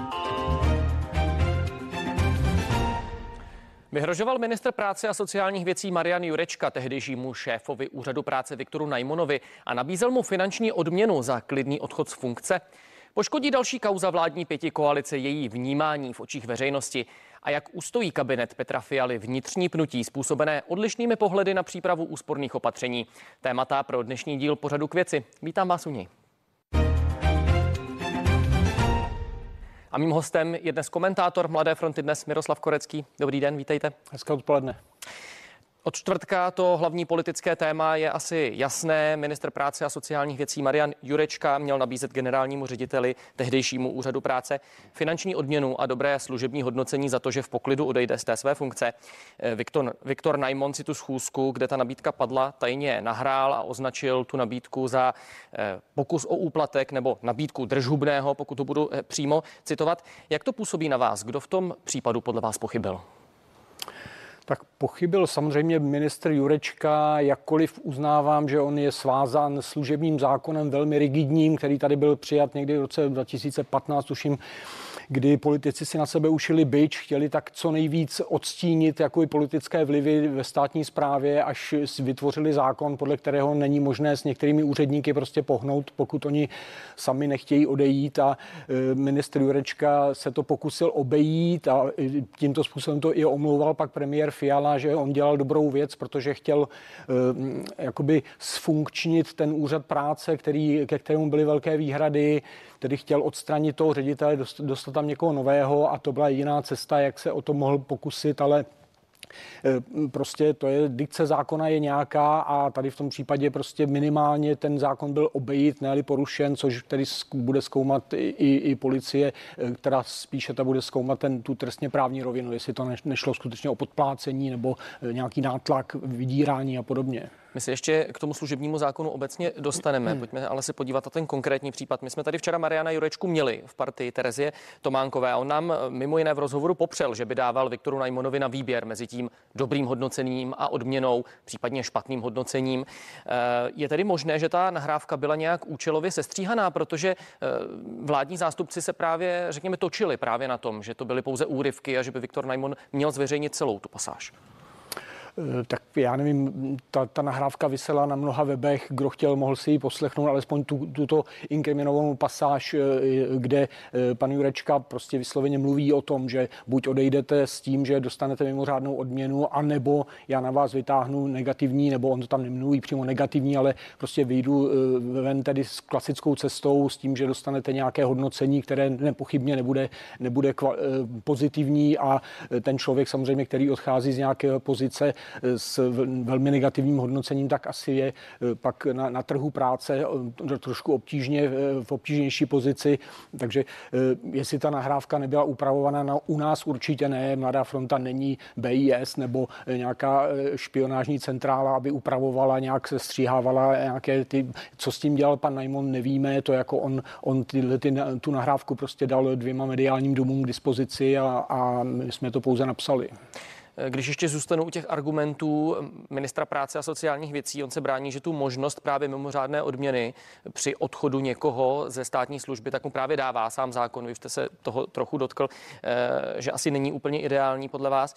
Vyhrožoval ministr práce a sociálních věcí Marian Jurečka tehdejšímu šéfovi úřadu práce Viktoru Najmonovi a nabízel mu finanční odměnu za klidný odchod z funkce. Poškodí další kauza vládní pětikoalice její vnímání v očích veřejnosti a jak ustojí kabinet Petra Fialy vnitřní pnutí způsobené odlišnými pohledy na přípravu úsporných opatření. Témata pro dnešní díl Pořadu K věci. Vítám vás u něj. A mým hostem je dnes komentátor Mladé fronty Dnes Miroslav Korecký. Dobrý den, vítejte. Hezké odpoledne. Od čtvrtka to hlavní politické téma je asi jasné. Ministr práce a sociálních věcí Marian Jurečka měl nabízet generálnímu řediteli tehdejšímu úřadu práce finanční odměnu a dobré služební hodnocení za to, že v poklidu odejde z té své funkce. Viktor Najmon si tu schůzku, kde ta nabídka padla, tajně nahrál a označil tu nabídku za pokus o úplatek nebo nabídku držhubného, pokud to budu přímo citovat. Jak to působí na vás? Kdo v tom případu podle vás pochybil? Tak pochybil samozřejmě ministr Jurečka, jakkoliv uznávám, že on je svázán služebním zákonem velmi rigidním, který tady byl přijat někdy v roce 2015, tuším, kdy politici si na sebe ušili bič, chtěli tak co nejvíc odstínit jako i politické vlivy ve státní správě, až vytvořili zákon, podle kterého není možné s některými úředníky prostě pohnout, pokud oni sami nechtějí odejít, a ministr Jurečka se to pokusil obejít a tímto způsobem to i omlouval pak premiér Fiala, že on dělal dobrou věc, protože chtěl jakoby sfunkčnit ten úřad práce, ke kterému byly velké výhrady, tedy chtěl odstranit toho ředitele, dostat tam někoho nového, a to byla jediná cesta, jak se o to mohl pokusit, ale prostě to je, dikce zákona je nějaká a tady v tom případě prostě minimálně ten zákon byl obejit, ne-li porušen, což tedy bude zkoumat i policie, která spíše ta bude zkoumat tu trestně právní rovinu, jestli to nešlo skutečně o podplácení nebo nějaký nátlak, vydírání a podobně. My se ještě k tomu služebnímu zákonu obecně dostaneme. Pojďme ale se podívat na ten konkrétní případ. My jsme tady včera Mariana Jurečku měli v partii Terezie Tománkové a on nám mimo jiné v rozhovoru popřel, že by dával Viktoru Najmonovi na výběr mezi tím dobrým hodnocením a odměnou, případně špatným hodnocením. Je tedy možné, že ta nahrávka byla nějak účelově sestříhaná, protože vládní zástupci se právě, řekněme, točili právě na tom, že to byly pouze úryvky a že by Viktor Najmon měl zveřejnit celou tu pasáž? Tak já nevím, ta nahrávka visela na mnoha webech, kdo chtěl, mohl si ji poslechnout, alespoň tuto inkriminovanou pasáž, kde pan Jurečka prostě vysloveně mluví o tom, že buď odejdete s tím, že dostanete mimořádnou odměnu, anebo já na vás vytáhnu negativní, nebo on to tam nemluví přímo negativní, ale prostě vyjdu ven tedy s klasickou cestou s tím, že dostanete nějaké hodnocení, které nepochybně nebude pozitivní, a ten člověk samozřejmě, který odchází z nějaké pozice s velmi negativním hodnocením, tak asi je pak na trhu práce trošku obtížně, v obtížnější pozici. Takže jestli ta nahrávka nebyla upravovaná, u nás určitě ne. Mladá fronta není BIS nebo nějaká špionážní centrála, aby upravovala, nějak se stříhávala nějaké co s tím dělal pan Najmon, nevíme. To jako on tu nahrávku prostě dal 2 mediálním domům k dispozici a my jsme to pouze napsali. Když ještě zůstanu u těch argumentů ministra práce a sociálních věcí, on se brání, že tu možnost právě mimořádné odměny při odchodu někoho ze státní služby, tak mu právě dává sám zákon. Vy jste se toho trochu dotkl, že asi není úplně ideální podle vás.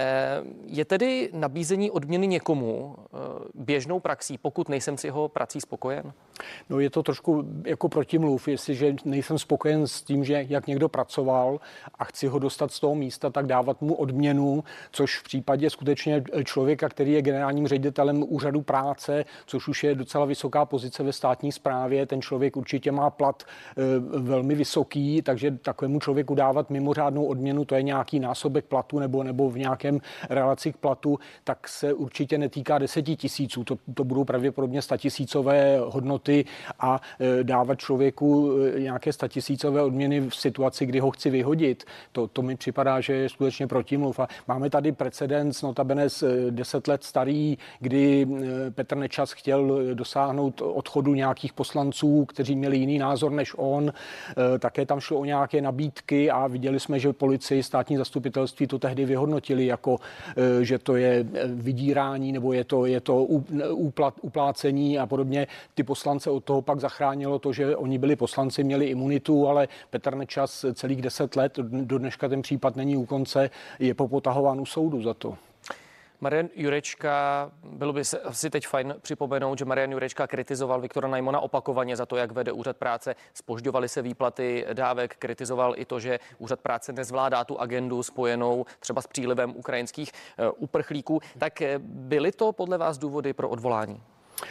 Je tedy nabízení odměny někomu běžnou praxí, pokud nejsem s jeho prací spokojen? No, je to trošku jako protimluv. Jestliže nejsem spokojen s tím, že jak někdo pracoval a chci ho dostat z toho místa, tak dávat mu odměnu, což v případě skutečně člověka, který je generálním ředitelem úřadu práce, což už je docela vysoká pozice ve státní správě, ten člověk určitě má plat velmi vysoký, takže takovému člověku dávat mimořádnou odměnu, to je nějaký násobek platu nebo v nějakém relaci k platu, tak se určitě netýká 10 000. To budou pravděpodobně 100 000 hodnoty, a dávat člověku nějaké 100 000 odměny v situaci, kdy ho chci vyhodit, to mi připadá, že je skutečně protimluv. A máme tady precedens, notabene 10 let starý, kdy Petr Nečas chtěl dosáhnout odchodu nějakých poslanců, kteří měli jiný názor než on. Také tam šlo o nějaké nabídky a viděli jsme, že policii, státní zastupitelství to tehdy vyhodnotili jako, že to je vydírání nebo je to uplácení a podobně. Ty poslance od toho pak zachránilo to, že oni byli poslanci, měli imunitu, ale Petr Nečas celých 10 let, do dneška ten případ není u konce, je popotahován u soudu za to. Marian Jurečka, bylo by asi teď fajn připomenout, že Marian Jurečka kritizoval Viktora Najmona opakovaně za to, jak vede úřad práce. Zpožďovaly se výplaty dávek, kritizoval i to, že úřad práce nezvládá tu agendu spojenou třeba s přílivem ukrajinských uprchlíků. Tak byly to podle vás důvody pro odvolání?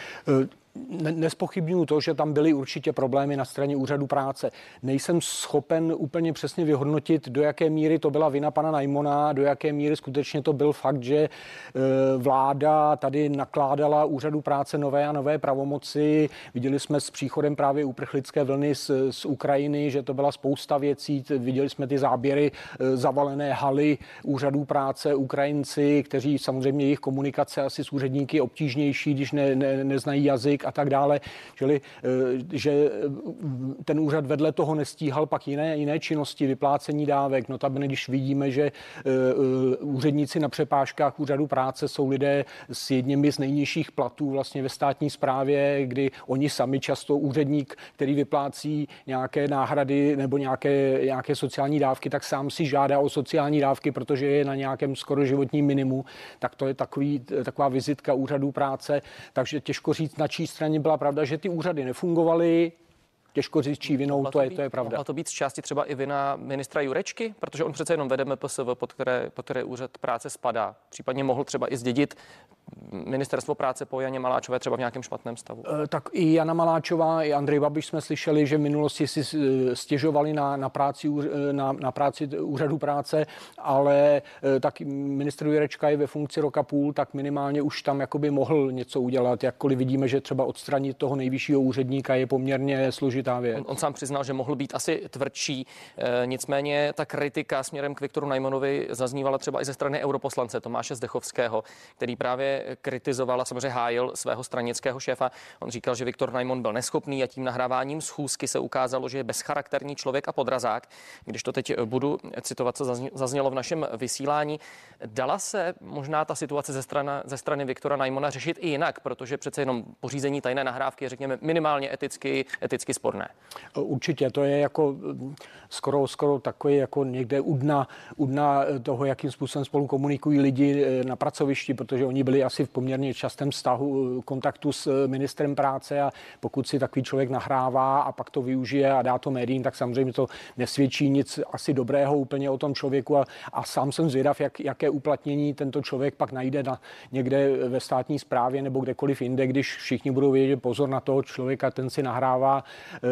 Nespochybnuju to, že tam byly určitě problémy na straně úřadu práce. Nejsem schopen úplně přesně vyhodnotit, do jaké míry to byla vina pana Najmona, do jaké míry skutečně to byl fakt, že vláda tady nakládala úřadu práce nové a nové pravomoci. Viděli jsme s příchodem právě uprchlické vlny z Ukrajiny, že to byla spousta věcí. Viděli jsme ty záběry zavalené haly úřadů práce, Ukrajinci, kteří samozřejmě jejich komunikace asi s úředníky je obtížnější, když neznají jazyk a tak dále, čili že ten úřad vedle toho nestíhal pak jiné činnosti, vyplácení dávek. Notabene, když vidíme, že úředníci na přepážkách úřadu práce jsou lidé s jedněmi z nejnižších platů vlastně ve státní správě, kdy oni sami často úředník, který vyplácí nějaké náhrady nebo nějaké sociální dávky, tak sám si žádá o sociální dávky, protože je na nějakém skoro životním minimu, tak to je taková vizitka úřadu práce, takže těžko říct, na čí straně byla pravda, že ty úřady nefungovaly. Těžko říct, čí vinou, to je pravda. Mohla to být z části třeba i vina ministra Jurečky, protože on přece jenom vede MPSV, pod které úřad práce spadá. Případně mohl třeba i zdědit ministerstvo práce po Janě Maláčové třeba v nějakém špatném stavu. Tak i Jana Maláčová, i Andrej Babiš jsme slyšeli, že v minulosti si stěžovali na práci úřadu práce, ale tak ministr Jurečka je ve funkci roka půl, tak minimálně už tam jakoby mohl něco udělat. Jakkoliv vidíme, že třeba odstranit toho nejvyššího úředníka je poměrně složitá věc. On sám přiznal, že mohl být asi tvrdší. Nicméně ta kritika směrem k Viktoru Najmonovi zaznívala třeba i ze strany europoslance Tomáše Zdechovského, který právě kritizoval a samozřejmě hájil svého stranického šéfa. On říkal, že Viktor Najmon byl neschopný a tím nahráváním schůzky se ukázalo, že je bezcharakterní člověk a podrazák. Když to teď budu citovat, co zaznělo v našem vysílání, dala se možná ta situace ze strany Viktora Najmona řešit i jinak, protože přece jenom pořízení tajné nahrávky je, řekněme, minimálně eticky sporné. Určitě, to je jako skoro takový jako někde u dna toho, jakým způsobem spolu komunikují lidi na pracovišti, protože oni byli asi v poměrně častém kontaktu s ministrem práce a pokud si takový člověk nahrává a pak to využije a dá to médiím, tak samozřejmě to nesvědčí nic asi dobrého úplně o tom člověku a sám jsem zvědav, jaké uplatnění tento člověk pak najde někde ve státní správě nebo kdekoliv jinde, když všichni budou vědět, pozor na toho člověka, ten si nahrává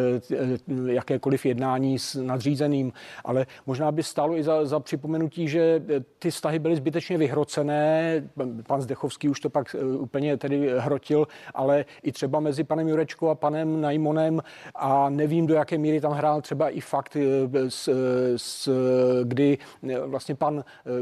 jakékoliv jednání s nadřízeným, ale možná by stálo i za připomenutí, že ty vztahy byly zbytečně vyhrocené. Pan Zdechovský už to pak úplně tedy hrotil, ale i třeba mezi panem Jurečkou a panem Najmonem a nevím, do jaké míry tam hrál třeba i fakt, kdy vlastně pan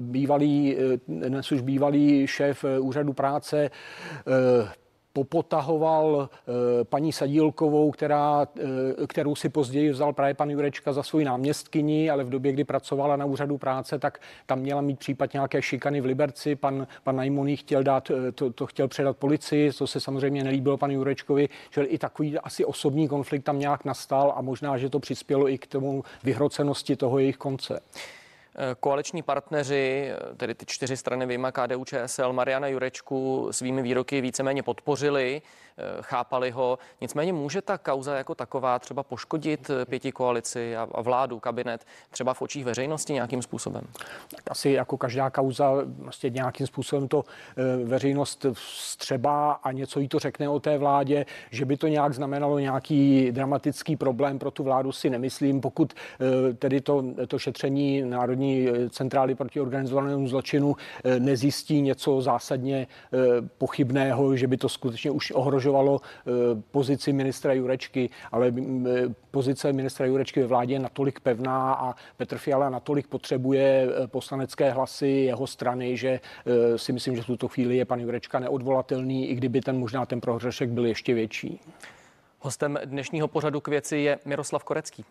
bývalý šéf úřadu práce popotahoval paní Sadílkovou, kterou si později vzal právě pan Jurečka za svou náměstkyni, ale v době, kdy pracovala na úřadu práce, tak tam měla mít případ nějaké šikany v Liberci. Pan Najmon jí chtěl předat policii, to se samozřejmě nelíbilo panu Jurečkovi, čili i takový asi osobní konflikt tam nějak nastal a možná, že to přispělo i k tomu vyhrocenosti toho jejich konce. Koaliční partneři, tedy ty 4 strany vyjma KDU-ČSL, Mariana Jurečku svými výroky víceméně podpořili, chápali ho. Nicméně může ta kauza jako taková třeba poškodit pětikoalici a vládu, kabinet, třeba v očích veřejnosti nějakým způsobem? Tak asi jako každá kauza vlastně nějakým způsobem to veřejnost vstřebá a něco jí to řekne o té vládě, že by to nějak znamenalo nějaký dramatický problém pro tu vládu, si nemyslím. Pokud tedy to šetření Národní Národní centrály proti organizovanému zločinu nezjistí něco zásadně pochybného, že by to skutečně už ohrožovalo pozici ministra Jurečky, ale pozice ministra Jurečky ve vládě je natolik pevná a Petr Fiala natolik potřebuje poslanecké hlasy jeho strany, že si myslím, že v tuto chvíli je pan Jurečka neodvolatelný, i kdyby možná ten prohřešek byl ještě větší. Hostem dnešního pořadu K věci je Miroslav Korecký.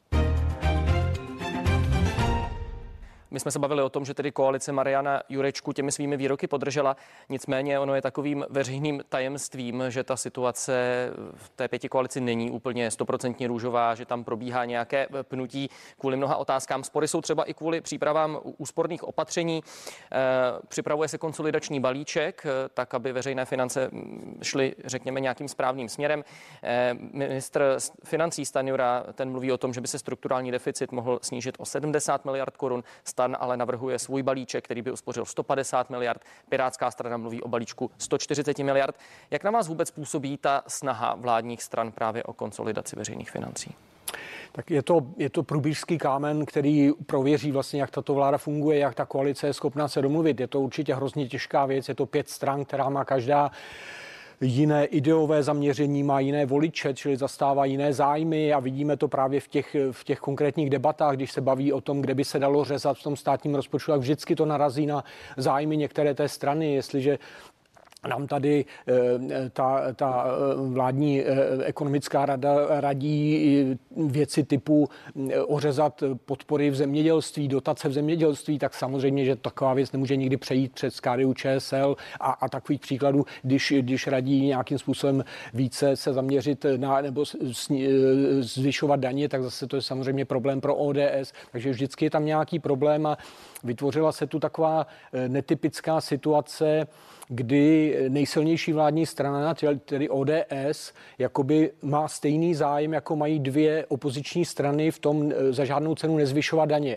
My jsme se bavili o tom, že tedy koalice Mariana Jurečku těmi svými výroky podržela. Nicméně ono je takovým veřejným tajemstvím, že ta situace v té pětikoalici není úplně 100% růžová, že tam probíhá nějaké pnutí kvůli mnoha otázkám. Spory jsou třeba i kvůli přípravám úsporných opatření. Připravuje se konsolidační balíček, tak aby veřejné finance šly, řekněme, nějakým správným směrem. Ministr financí Stanjura, ten mluví o tom, že by se strukturální deficit mohl snížit o 70 miliard korun. STAN ale navrhuje svůj balíček, který by uspořil 150 miliard. Pirátská strana mluví o balíčku 140 miliard. Jak na vás vůbec působí ta snaha vládních stran právě o konsolidaci veřejných financí? Tak je to průběžský kámen, který prověří vlastně, jak tato vláda funguje, jak ta koalice je schopná se domluvit. Je to určitě hrozně těžká věc, je to 5 stran, která má každá jiné ideové zaměření, má jiné voliče, čili zastává jiné zájmy a vidíme to právě v těch konkrétních debatách, když se baví o tom, kde by se dalo řezat v tom státním rozpočtu, tak vždycky to narazí na zájmy některé té strany, jestliže nám tady ta vládní ekonomická rada radí věci typu ořezat podpory v zemědělství, dotace v zemědělství, tak samozřejmě, že taková věc nemůže nikdy přejít přes KDU-ČSL a takových příkladů, když radí nějakým způsobem více se zaměřit nebo zvyšovat daně, tak zase to je samozřejmě problém pro ODS, takže vždycky je tam nějaký problém a vytvořila se tu taková netypická situace, kdy nejsilnější vládní strana, tedy ODS, jakoby má stejný zájem, jako mají 2 opoziční strany v tom za žádnou cenu nezvyšovat daně.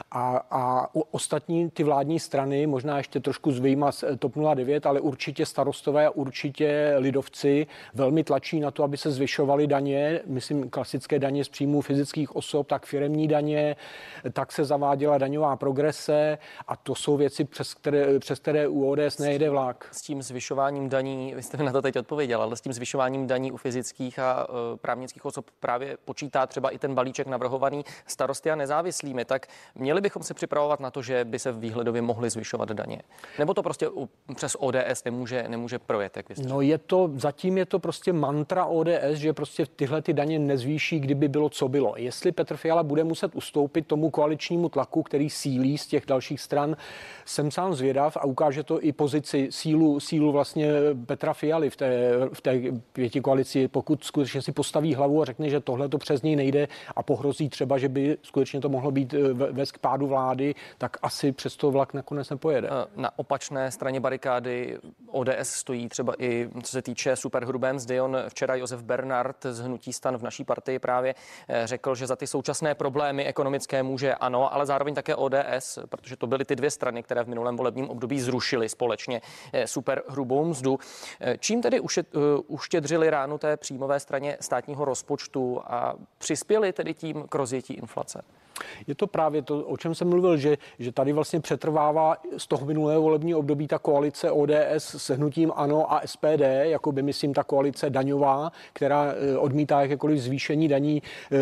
A ostatní ty vládní strany, možná ještě trošku s vyjma TOP 09, ale určitě Starostové a určitě lidovci velmi tlačí na to, aby se zvyšovaly daně, myslím klasické daně z příjmů fyzických osob, tak firemní daně, tak se zaváděla daňová progrese a to jsou věci, přes které u ODS nejede vlak. S tím zvyšováním daní, vy jste mi na to teď odpověděl, ale s tím zvyšováním daní u fyzických a právnických osob právě počítá třeba i ten balíček navrhovaný Starosty a nezávislými, tak měli bychom se připravovat na to, že by se výhledově mohly zvyšovat daně. Nebo to prostě přes ODS nemůže projet, jak vy jste? No zatím je to prostě mantra ODS, že prostě tyhle ty daně nezvýší, kdyby bylo, co bylo. Jestli Petr Fiala bude muset ustoupit tomu koaličnímu tlaku, který sílí z těch dalších stran, jsem sám zvědav a ukáže to i pozici sílu vlastně Petra Fialy v té pětikoalici, pokud skutečně si postaví hlavu a řekne, že tohle to přes něj nejde a pohrozí třeba, že by skutečně to mohlo být vést k pádu vlády, tak asi přes to vlak nakonec nepojede. Na opačné straně barikády ODS stojí třeba i co se týče superhrubé mzdy. On včera Josef Bernard z hnutí STAN v naší partii právě řekl, že za ty současné problémy ekonomické může ANO, ale zároveň také ODS, protože to byly ty 2 strany, které v minulém volebním období zrušily společně superhrubou mzdu. Čím tedy uštědřili ránu té příjmové straně státního rozpočtu a přispěli tedy tím k rozjetí inflace? Je to právě to, o čem jsem mluvil, že tady vlastně přetrvává z toho minulého volebního období ta koalice ODS s hnutím ANO a SPD, jako by myslím ta koalice daňová, která odmítá jakékoliv zvýšení daní.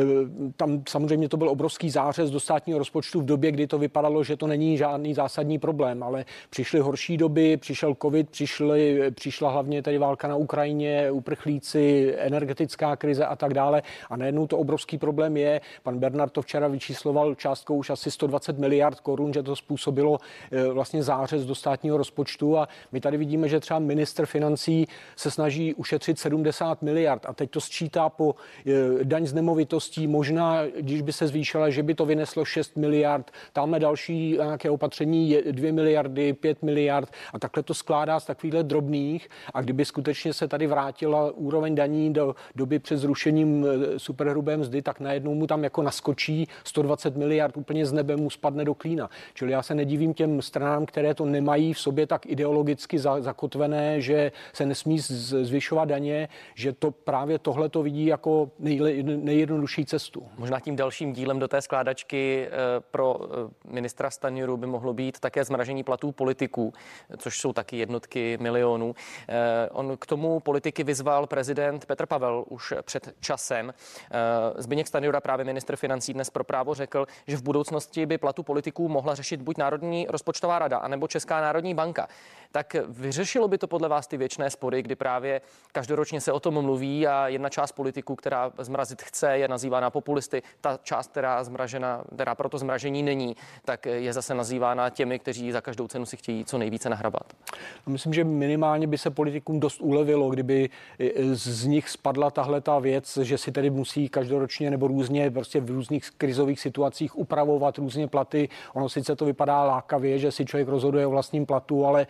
Tam samozřejmě to byl obrovský zářez do státního rozpočtu v době, kdy to vypadalo, že to není žádný zásadní problém, ale přišly horší doby, přišel covid, přišla hlavně tady válka na Ukrajině, uprchlíci, energetická krize a tak dále. A najednou to obrovský problém je, pan Bernard to včera vyčísloval částkou už asi 120 miliard korun, že to způsobilo vlastně zářez do státního rozpočtu a my tady vidíme, že třeba ministr financí se snaží ušetřit 70 miliard a teď to sčítá po daň z nemovitostí, možná, když by se zvýšila, že by to vyneslo 6 miliard, tamhle další nějaké opatření je 2 miliardy, 5 miliard a takhle to skládá z takovýchhle drobných a kdyby skutečně se tady vrátila úroveň daní do doby před zrušením superhrubé mzdy, tak najednou mu tam jako naskočí 120 120 miliard úplně z nebe mu spadne do klína. Čili já se nedivím těm stranám, které to nemají v sobě tak ideologicky zakotvené, že se nesmí zvyšovat daně, že to právě tohle to vidí jako nejjednodušší cestu. Možná tím dalším dílem do té skládačky pro ministra Stanjuru by mohlo být také zmražení platů politiků, což jsou taky jednotky milionů. On k tomu politiky vyzval prezident Petr Pavel už před časem. Zbyněk Stanjura, právě ministr financí, dnes pro Právo řekl, že v budoucnosti by platu politiků mohla řešit buď Národní rozpočtová rada, anebo Česká národní banka. Tak vyřešilo by to podle vás ty věčné spory, kdy právě každoročně se o tom mluví a jedna část politiků, která zmrazit chce, je nazývána populisty. Ta část, která proto zmražení není, tak je zase nazývána těmi, kteří za každou cenu si chtějí co nejvíce nahrabat. Myslím, že minimálně by se politikům dost ulevilo, kdyby z nich spadla tahle ta věc, že si tedy musí každoročně nebo různě prostě v různých krizových situacích upravovat různě platy. Ono sice to vypadá lákavě, že si člověk rozhoduje o vlastním platu, ale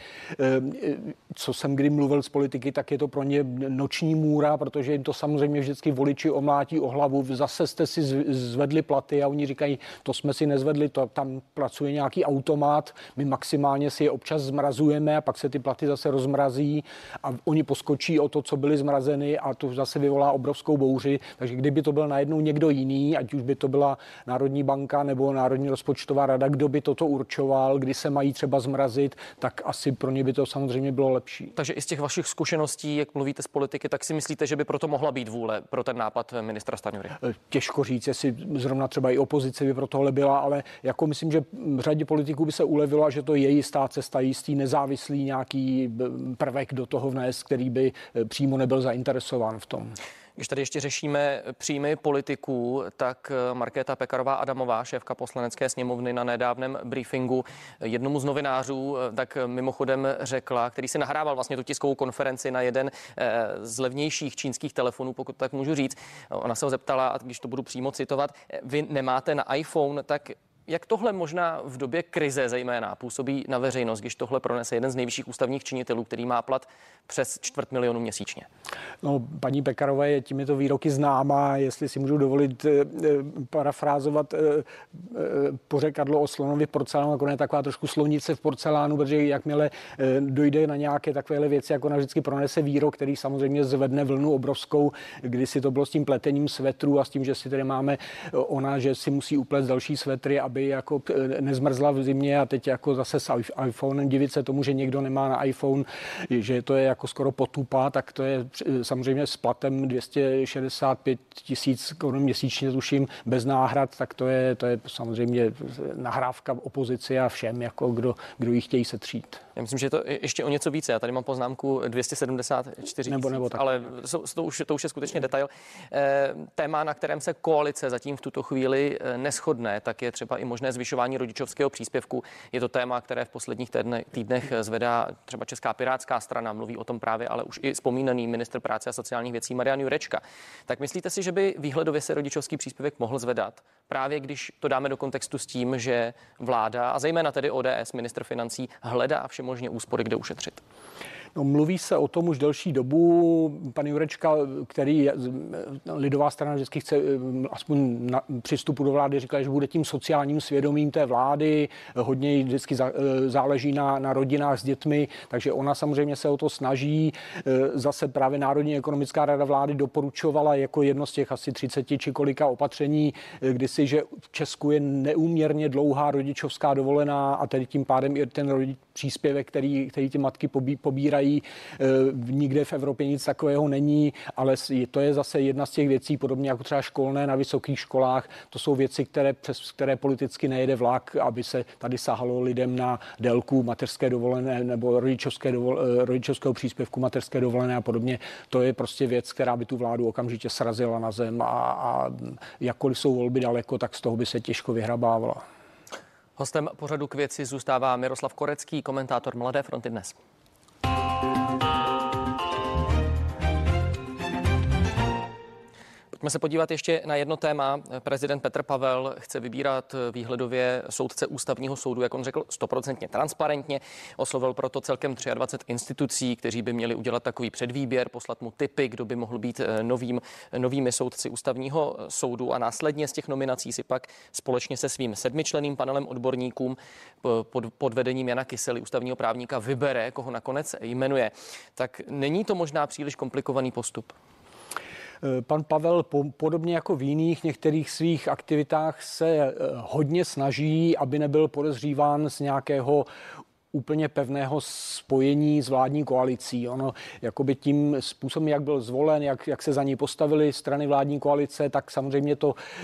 co jsem kdy mluvil z politiky, tak je to pro ně noční můra, protože jim to samozřejmě vždycky voliči omlátí o hlavu. Zase jste si zvedli platy a oni říkají, to jsme si nezvedli, to tam pracuje nějaký automat, my maximálně si je občas zmrazujeme a pak se ty platy zase rozmrazí a oni poskočí o to, co byly zmrazeny a to zase vyvolá obrovskou bouři. Takže kdyby to byl najednou někdo jiný, ať už by to byla Národní banka nebo Národní rozpočtová rada, kdo by toto určoval, kdy se mají třeba zmrazit, tak asi pro ně by to samozřejmě bylo lepší. Takže i z těch vašich zkušeností, jak mluvíte z politiky, tak si myslíte, že by proto mohla být vůle pro ten nápad ministra Stanjury? Těžko říct, jestli zrovna třeba i opozice by pro tohle byla, ale jako myslím, že řadě politiků by se ulevilo, že to je jistá cesta, jistý nezávislý nějaký prvek do toho vnést, který by přímo nebyl zainteresován v tom. Když tady ještě řešíme příjmy politiků, tak Markéta Pekarová Adamová, šéfka Poslanecké sněmovny, na nedávném briefingu jednomu z novinářů tak mimochodem řekla, který si nahrával vlastně tu tiskovou konferenci na jeden z levnějších čínských telefonů, pokud tak můžu říct. Ona se ho zeptala, a když to budu přímo citovat, vy nemáte na iPhone, tak jak tohle možná v době krize zejména působí na veřejnost, když tohle pronese jeden z nejvyšších ústavních činitelů, který má plat přes 250 000 měsíčně? No, paní Pekarové je těmito výroky známá, jestli si můžu dovolit parafrázovat pořekadlo o slonovi v porcelánu, jako ne taková trošku slonice v porcelánu, protože jakmile dojde na nějaké takovéhle věci, jako ona vždycky pronese výrok, který samozřejmě zvedne vlnu obrovskou, kdysi to bylo s tím pletením svetru a s tím, že si tady máme že si musí upléct další svetry, aby jako nezmrzla v zimě a teď jako zase s iPhonem divit se tomu, že někdo nemá na iPhone, že to je jako skoro potupa, tak to je samozřejmě s platem 265 000 korun měsíčně, tuším, bez náhrad, tak to je samozřejmě nahrávka opozici a všem, jako kdo ji chtějí setřít. Já myslím, že je to ještě o něco více. Já tady mám poznámku 274 000, ale to už je skutečně detail. Téma, na kterém se koalice zatím v tuto chvíli neshodne, tak je třeba i možné zvyšování rodičovského příspěvku. Je to téma, které v posledních týdnech zvedá třeba Česká pirátská strana, mluví o tom právě, ale už i vzpomínaný ministr práce a sociálních věcí Marian Jurečka. Tak myslíte si, že by výhledově se rodičovský příspěvek mohl zvedat? Právě když to dáme do kontextu s tím, že vláda a zejména tedy ODS, ministr financí, hledá všemožně úspory, kde ušetřit. No, mluví se o tom už delší dobu. Pan Jurečka, který lidová strana vždycky chce aspoň při vstupu do vlády říkal, že bude tím sociálním svědomím té vlády. Hodně vždycky záleží na rodinách s dětmi, takže ona samozřejmě se o to snaží. Zase právě Národní ekonomická rada vlády doporučovala jako jedno z těch asi 30 či kolika opatření kdysi, že v Česku je neúměrně dlouhá rodičovská dovolená a tedy tím pádem i ten příspěvek, který ty matky pobírají. Nikde v Evropě nic takového není, ale to je zase jedna z těch věcí, podobně jako třeba školné na vysokých školách. To jsou věci, přes které politicky nejede vlak, aby se tady sahalo lidem na délku mateřské dovolené nebo rodičovského příspěvku mateřské dovolené a podobně. To je prostě věc, která by tu vládu okamžitě srazila na zem a jakkoliv jsou volby daleko, tak z toho by se těžko vyhrabávala. Hostem pořadu K věci zůstává Miroslav Korecký, komentátor Mladé fronty Dnes. Pojďme se podívat ještě na jedno téma. Prezident Petr Pavel chce vybírat výhledově soudce Ústavního soudu, jak on řekl, 100% transparentně. Oslovil proto celkem 23 institucí, kteří by měli udělat takový předvýběr, poslat mu tipy, kdo by mohl být novými soudci Ústavního soudu, a následně z těch nominací si pak společně se svým 7členným panelem odborníkům pod vedením Jana Kysely, ústavního právníka, vybere, koho nakonec jmenuje. Tak není to možná příliš komplikovaný postup? Pan Pavel podobně jako v jiných některých svých aktivitách se hodně snaží, aby nebyl podezříván z nějakého úplně pevného spojení s vládní koalicí. Ono jakoby tím způsobem, jak byl zvolen, jak se za ní postavily strany vládní koalice, tak samozřejmě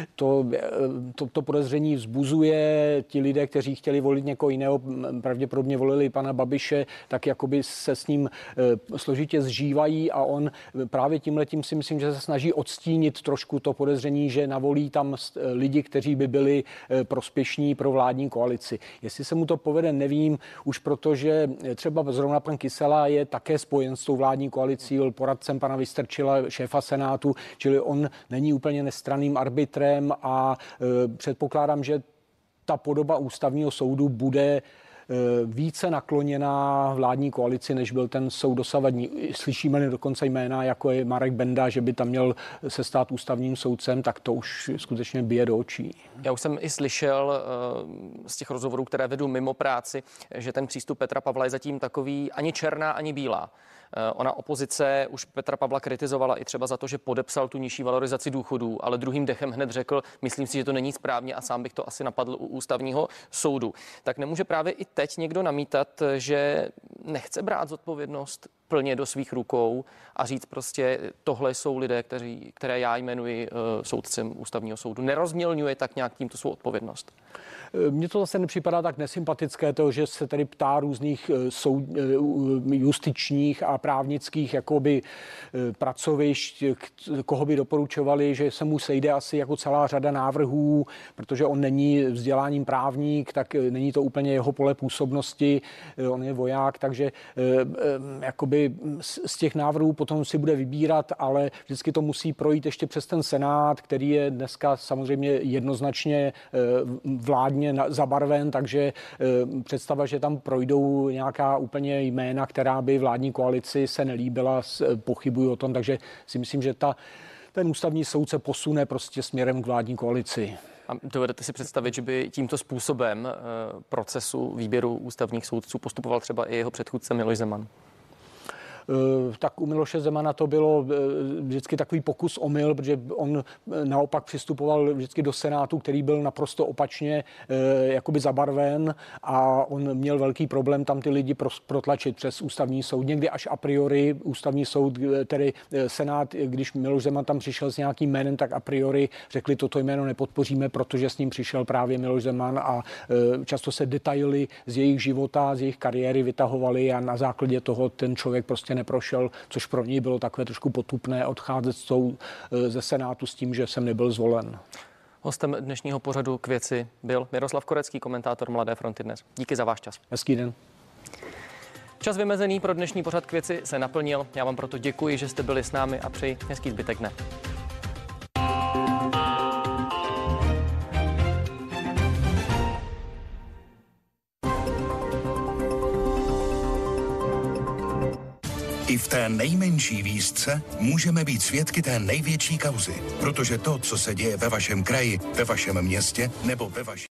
to podezření vzbuzuje. Ti lidé, kteří chtěli volit někoho jiného, pravděpodobně volili pana Babiše, tak jakoby se s ním složitě zžívají, a on právě tímhletím si myslím, že se snaží odstínit trošku to podezření, že navolí tam lidi, kteří by byli prospěšní pro vládní koalici. Jestli se mu to povede, nevím, už protože třeba zrovna pan Kysela je také spojen s tou vládní koalicí, byl poradcem pana Vystrčila, šéfa Senátu, čili on není úplně nestranným arbitrem, a předpokládám, že ta podoba Ústavního soudu bude více nakloněná vládní koalici, než byl ten soud dosavadní. Slyšíme dokonce jména, jako je Marek Benda, že by tam měl se stát ústavním soudcem, tak to už skutečně bije do očí. Já už jsem i slyšel z těch rozhovorů, které vedu mimo práci, že ten přístup Petra Pavla je zatím takový ani černá, ani bílá. Ona opozice už Petra Pavla kritizovala i třeba za to, že podepsal tu nižší valorizaci důchodů, ale druhým dechem hned řekl, myslím si, že to není správně a sám bych to asi napadl u Ústavního soudu. Tak nemůže právě i teď někdo namítat, že nechce brát zodpovědnost plně do svých rukou a říct prostě, tohle jsou lidé, které já jmenuji soudcem Ústavního soudu. Nerozmělňuje tak nějak tímto svou odpovědnost? Mně to zase nepřipadá tak nesympatické, to, že se tady ptá různých justičních a právnických jakoby pracovišť, koho by doporučovali, že se mu sejde asi jako celá řada návrhů, protože on není vzděláním právník, tak není to úplně jeho pole působnosti, on je voják, takže jakoby z těch návrhů potom si bude vybírat, ale vždycky to musí projít ještě přes ten Senát, který je dneska samozřejmě jednoznačně vládně zabarven, takže představa, že tam projdou nějaká úplně jména, která by vládní koalici se nelíbila, pochybuju o tom, takže si myslím, že ten ústavní soud se posune prostě směrem k vládní koalici. A dovedete si představit, že by tímto způsobem procesu výběru ústavních soudců postupoval třeba i jeho předchůdce Miloš Zeman? Tak u Miloše Zemana to bylo vždycky takový pokus omyl, protože on naopak přistupoval vždycky do Senátu, který byl naprosto opačně jakoby zabarven, a on měl velký problém tam ty lidi protlačit přes ústavní soud. Někdy až a priori ústavní soud, tedy Senát, když Miloš Zeman tam přišel s nějakým jménem, tak a priori řekli, toto jméno nepodpoříme, protože s ním přišel právě Miloš Zeman, a často se detaily z jejich života, z jejich kariéry vytahovaly a na základě toho ten člověk prostě neprošel, což pro něj bylo takové trošku potupné odcházet ze Senátu s tím, že jsem nebyl zvolen. Hostem dnešního pořadu K věci byl Miroslav Korecký, komentátor Mladé fronty Dnes. Díky za váš čas. Hezký den. Čas vymezený pro dnešní pořad K věci se naplnil. Já vám proto děkuji, že jste byli s námi, a přeji hezký zbytek dne. I v té nejmenší výzce můžeme být svědky té největší kauzy, protože to, co se děje ve vašem kraji, ve vašem městě nebo ve vaší